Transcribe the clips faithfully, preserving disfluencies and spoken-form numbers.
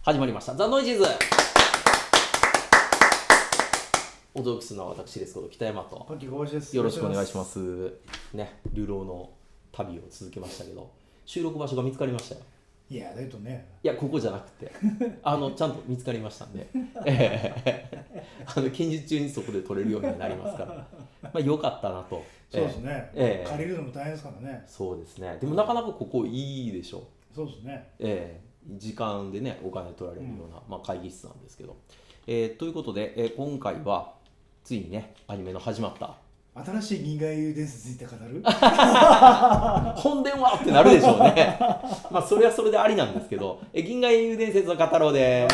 始まりましたザ・ノイジーズ。お届けするのは私ですこと北山とよろしくお願いしますね。流浪の旅を続けましたけど、収録場所が見つかりましたよ。 いやだとね、 いやここじゃなくてあのちゃんと見つかりましたんで、えー、あの近日中にそこで撮れるようになりますから、まあ良かったなと。 そうですね、 えー、 借りるのも大変ですからね。 そうですね。でもなかなかここいいでしょ。 そうですね、 えー、時間でねお金取られるような、うん、まあ、会議室なんですけど、えー、ということで、えー、今回はついにねアニメの始まった新しい銀河英雄伝説について語る本殿はってなるでしょうねまあそれはそれでありなんですけど、え銀河英雄伝説の語ろうです。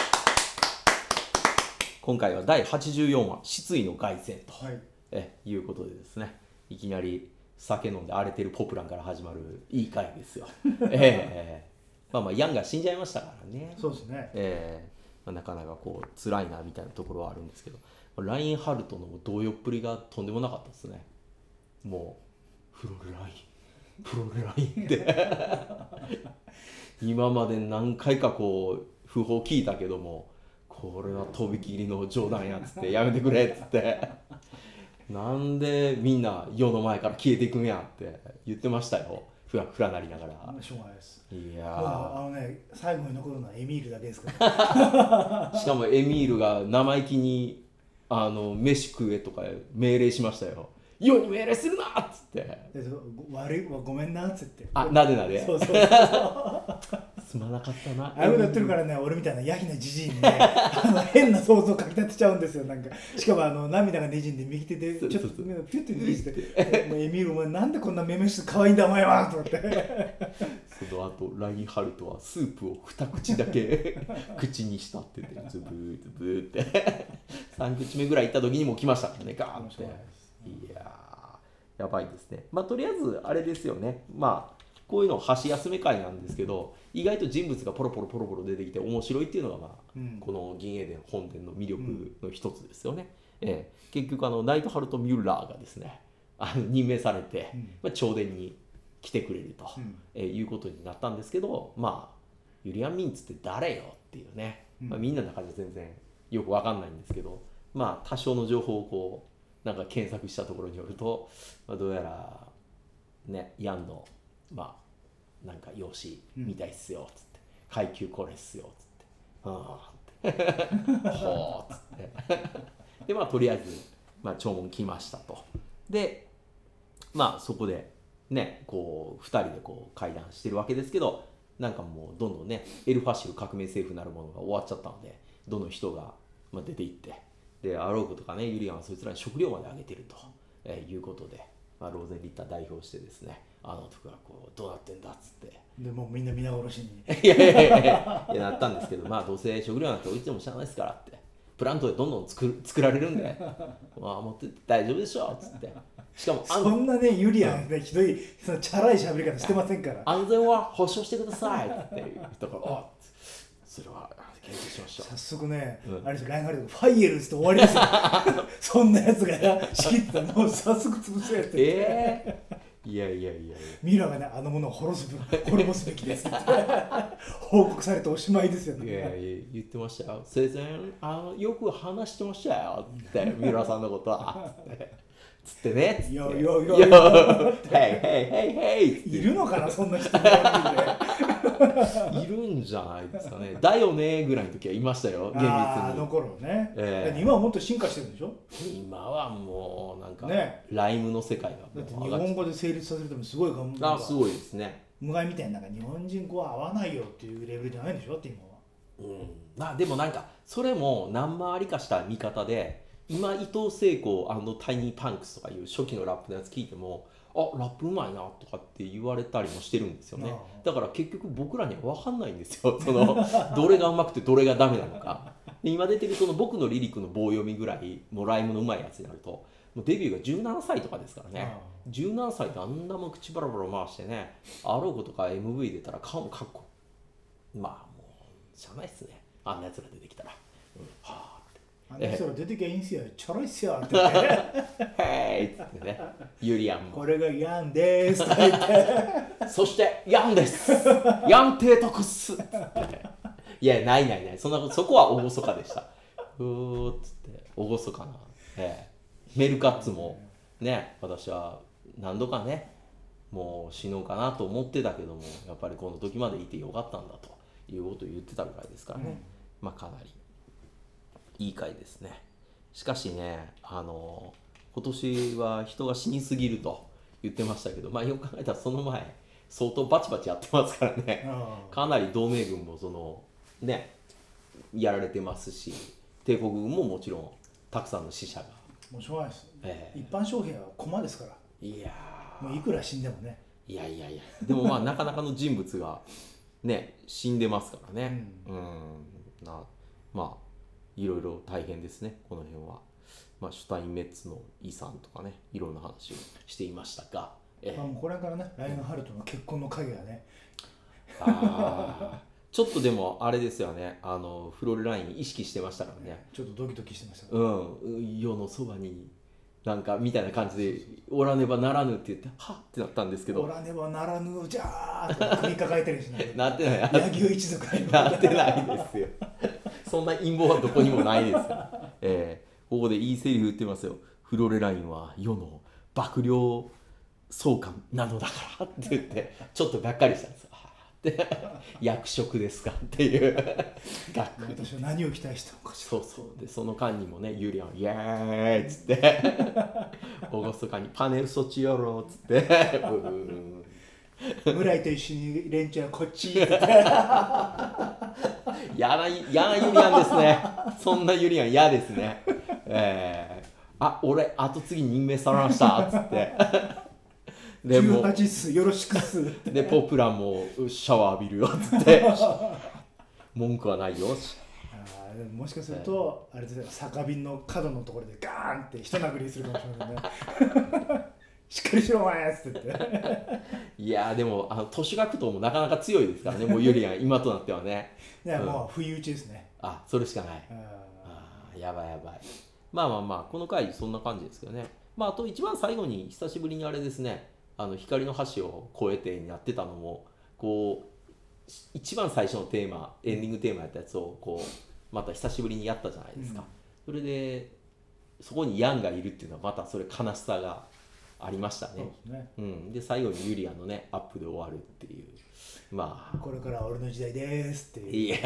今回はだいはちじゅうよんわ失意の凱旋と、はい、えいうことでですね、いきなり酒飲んで荒れてるポプランから始まるいい回ですよえー、まあまあヤンが死んじゃいましたからね。 そうですね、 えーまあ、なかなかこう辛いなみたいなところはあるんですけど、ラインハルトの動揺っぷりがとんでもなかったですね。もうフロルラインフロルラインって今まで何回かこう訃報聞いたけども、これはとびきりの冗談やっつってやめてくれっつってなんでみんな世の前から消えていくんやって言ってましたよ。ふらふらなりながら。 しょうがないです。 いやー、 あのね、最後に残るのはエミールだけですからしかもエミールが生意気にあの飯食えとか命令しましたよ。世に命令するなっつって悪いわごめんなっつって、 あなでなで、 そうそうそうすまなかったな。 ああいうことやってるからね、俺みたいなヤヒなじじいにねあの変な想像をかき立てちゃうんですよ。なんかしかもあの涙がにじんで右手でちょっとピュッと握ってもうエミールお前なんでこんなめめしく可愛いんだお前はと思ってその後ラインハルトはスープを二口だけ口にしたって言ってズブーズブーって三口目ぐらい行った時にもう来ましたからね、ガーンって。いやーやばいですね。まあとりあえずあれですよね、まあこういうの箸休め会なんですけど、意外と人物がポロポロポロポロ出てきて面白いっていうのが、まあうん、この銀英伝本殿の魅力の一つですよね、うんえー、結局あのナイトハルト・ミュッラーがですねあの任命されて、うんまあ、朝殿に来てくれると、うんえー、いうことになったんですけど、まあユリアン・ミンツって誰よっていうね、うんまあ、みんなの中で全然よく分かんないんですけど、まあ多少の情報をこうなんか検索したところによると、まあ、どうやらねヤンのまあなんか養子みたいっすよっつって、うん、階級これっすよっつってああってほーっつってでまあとりあえず、まあ、弔問来ましたと。でまあそこでねこうふたりでこう会談してるわけですけど、なんかもうどんどんねエルファシル革命政府なるものが終わっちゃったので、どの人が、まあ、出ていって、でアローグとかねユリアンはそいつらに食料まであげてると、えー、いうことで、まあ、ローゼンリッター代表してですね、あの男がこうどうなってんだっつってでもうみんな皆殺しにいやいやいやいやいやなったんですけど、まあどうせ食料なんて置いても知らないですからって、プラントでどんどん作る作られるんでまあ持ってって大丈夫でしょっつって、しかもそんなねユリアンがひどいそのチャラい喋り方してませんから、 安全は保証してくださいって言ったから、あそれは検討しましょう。 早速ね、うん、あれですよラインハルトファイエルズって終わりですよそんなやつが仕切ったらもう早速潰すやつえーいやいやいやミラーがねあの者を殺す滅ぼすべきですって報告されておしまいですよね。 いやいや言ってましたよ、生前あのよく話してましたよってミラーさんのことはつってねつってよよよよヘイヘイヘイヘイいるのかなそんな人いるんじゃないですかね。だよねぐらいの時はいましたよ厳密に。 ああの頃ね、えー、今はもっと進化してるんでしょ。 今はもうなんか、 ね、 ライムの世界がだって日本語で成立させるためにすごい頑張る。あすごいですね。 無害みたいな、なんか日本人語は合わないよっていうレベルじゃないんでしょって今は。うんまあでもなんかそれも何回りかした見方で、今伊藤聖子タイニーパンクスとかいう初期のラップのやつ聞いても、あラップうまいなとかって言われたりもしてるんですよね。だから結局僕らには分かんないんですよ、そのどれがうまくてどれがダメなのか。で今出てるその僕のリリックの棒読みぐらいもうライムのうまいやつになると、もうデビューがじゅうななさいとかですからね。じゅうななさいであんなもん口バラバラ回してね、アローゴとか エムブイ 出たら顔もかっこいい。まあもうしゃあないっすね、あんなやつら出てきたら、うん、はああの人ら出てきゃいいんすよ、ちょろいっすよって言って 「ヘイ!」っつってね、ユリアンもこれがヤンでーすって言ってそしてヤンですヤン提督っすっていやないないない、そんなそこは厳かでした。うーっつって厳かな、ええ、メルカッツもね、私は何度かねもう死のうかなと思ってたけども、やっぱりこの時までいてよかったんだということを言ってたぐらいですからね、うん、まあかなりいい回ですね。しかしね、あの今年は人が死にすぎると言ってましたけど、まあよく考えたらその前相当バチバチやってますからね、かなり同盟軍もそのねやられてますし、帝国軍ももちろんたくさんの死者が、 もうしょうがないです、えー、一般将兵は駒ですから、いやもういくら死んでもね、 いやいやいや、でもまあなかなかの人物がね死んでますからね、うん、うんなまあいろいろ大変ですねこの辺は。まあ、シュタインメッツの遺産とかね、いろんな話をしていましたが、 えーまあ、もうこれからねライオンハルトの結婚の影がね、 あちょっとでもあれですよね、あのフロールライン意識してましたからね、 ちょっとドキドキしてましたから、うん、世のそばになんかみたいな感じでおらねばならぬって言ってはっってなったんですけど、 おらねばならぬじゃーって首抱えてるしねなってない、 柳生一族なってないですよそんな陰謀はどこにもないですよ、えーここでいいセリフ言ってますよ。フローレラインは世の幕僚総監なのだからって言ってちょっとがっかりしたんですよ。で役職ですかっていうがっ私は何を期待したのかしら。そうそうでその間にもねユリアンイエーイっつって厳かにパネルそっちやろうっつって村井と一緒にレンちゃんこっちって嫌な嫌なユリアンですね。そんなユリアン嫌ですね。えー、あ俺後継ぎ任命されましたっつってでもじゅうはちっすよろしくっすでポプラもシャワー浴びるよっつって文句はないよ。 あでももしかすると、えー、あれですよ酒瓶の角のところでガーンって一殴りするかもしれないねしっかりしろお前っつっていやでもあの都市学徒もなかなか強いですからねもうユリアン今となってはねいや、うん、もう不意打ちですね。 あそれしかない。あやばいやばい。まあまあまあこの回そんな感じですけどね。まああと一番最後に久しぶりにあれですね、あの光の橋を越えてにやってたのもこう一番最初のテーマエンディングテーマやったやつをこうまた久しぶりにやったじゃないですか、うん、それでそこにヤンがいるっていうのはまたそれ悲しさがありましたね。そうですね、うん、で最後にユリアンのねアップで終わるっていう、まあこれから俺の時代ですっていう。 いや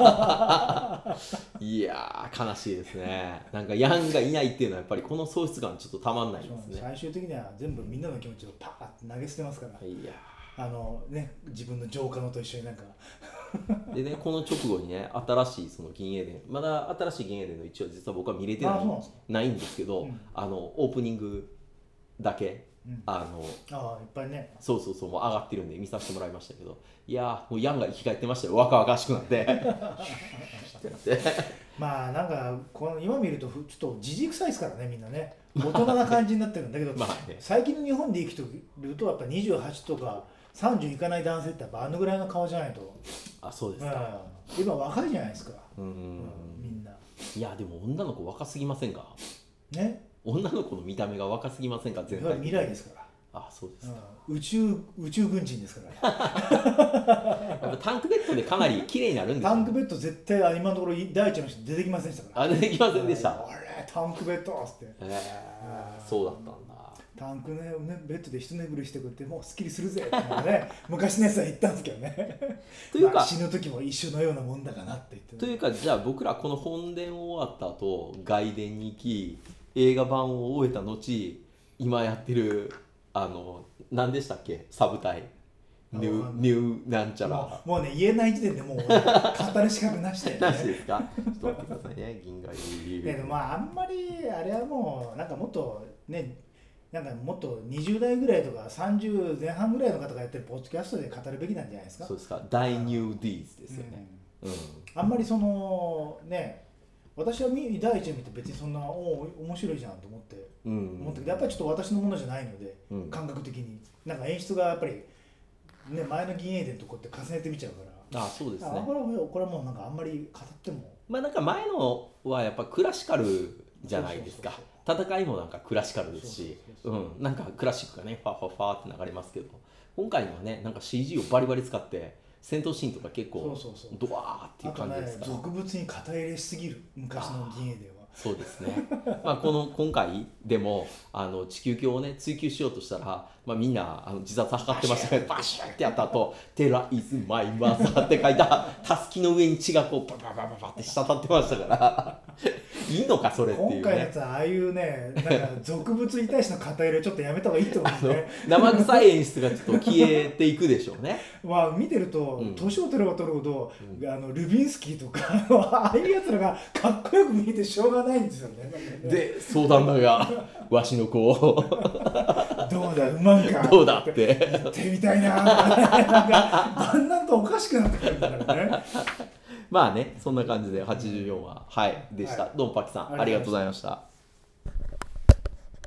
いや悲しいですね。なんかヤンがいないっていうのはやっぱりこの喪失感ちょっとたまんないですね。 最終的には全部みんなの気持ちをパーッて投げ捨てますから。いやあのね自分の浄化のと一緒になんかでねこの直後にね新しいその銀英伝まだ新しい銀英伝の一応実は僕は見れてないないんですけど、うん、あのオープニングだけ、うん、あのあいっぱいねそうそうそうもう上がってるんで見させてもらいましたけど、いやもうヤンが生き返ってましたよ。若々しくなってまあなんかこの今見るとちょっとじじくさいですからねみんなね大人な感じになってるんだけど、まあね、最近の日本で生きてるとやっぱにじゅうはちとかさんじゅういかない男性ってやっぱあのぐらいの顔じゃないと。 あそうですか、 うん、今若いじゃないですか。うん、うん、みんな。 いやでも女の子若すぎませんかね。 女の子の見た目が若すぎませんか全体未来ですから。 あそうですか、 うん、宇宙宇宙軍人ですから、ね、 やっぱタンクベッドでかなり綺麗になるんですよ、 ね、タンクベッド絶対今のところ第一の人出てきませんでしたから。 あ出てきませんでした。 あれタンクベッドっつって、 えー、そうだったんだ。 タンクねベッドで一眠りしてくってもうすっきりするぜってね昔のやつは言ったんですけどねというか、まあ、死ぬ時も一緒のようなもんだかなって言って、ね、 というかじゃあ僕らこの本殿終わった後外伝に行き映画版を終えた後今やってるあの何でしたっけサブタイニューニューなんちゃらもう、もうね言えない時点でもう語る資格なしで、ね、 なしですか。ちょっと待ってくださいね銀河流でもまああんまりあれはもうなんかもっとねなんかもっとにじゅう代ぐらいとかさんじゅう前半ぐらいの方がやってるポッドキャストで語るべきなんじゃないですか。 そうですか。大ニューディーズですよね、 うんうん、あんまりそのね私は第一を見て別にそんなお面白いじゃんと思って、うんうん、思ったけどやっぱりちょっと私のものじゃないので、うん、感覚的になんか演出がやっぱり、ね、前の銀英伝とこうやって重ねてみちゃうから。 ああそうですね。 これはこれはもうなんかあんまり語ってもまあなんか前のはやっぱクラシカルじゃないですか。戦いもなんかクラシカルですし、うん、なんかクラシックがねファーファーファーって流れますけど、今回のはねなんか シージー をバリバリ使って戦闘シーンとか結構そうそうそうドワーっていう感じですかあとね、俗物に肩入れしすぎる昔の銀英では。 そうですねまあこの今回でもあの地球鏡をね追求しようとしたら、まあ、みんなあの自殺図ってましたけどバシュッってやった後テライズマイマザーって書いたたすきの上に血がこうバババババって滴ってましたからいいのかそれっていう、ね、 今回のやつはああいうねなんか俗物に対しての肩入れちょっとやめた方がいいと思うんですね生臭い演出がちょっと消えていくでしょうねまあ見てるとうん年を取れば取るほど、 うん、 あのルビンスキーとかああいうやつらがかっこよく見えてしょうがないんですよねで相談だがわしの子をどうだうまんかどうだって言ってみたいななんかだんだんとおかしくなってくるんだからねまあねそんな感じではちじゅうよんわはいでした、 はい、 ドンパキさんありがとうございました。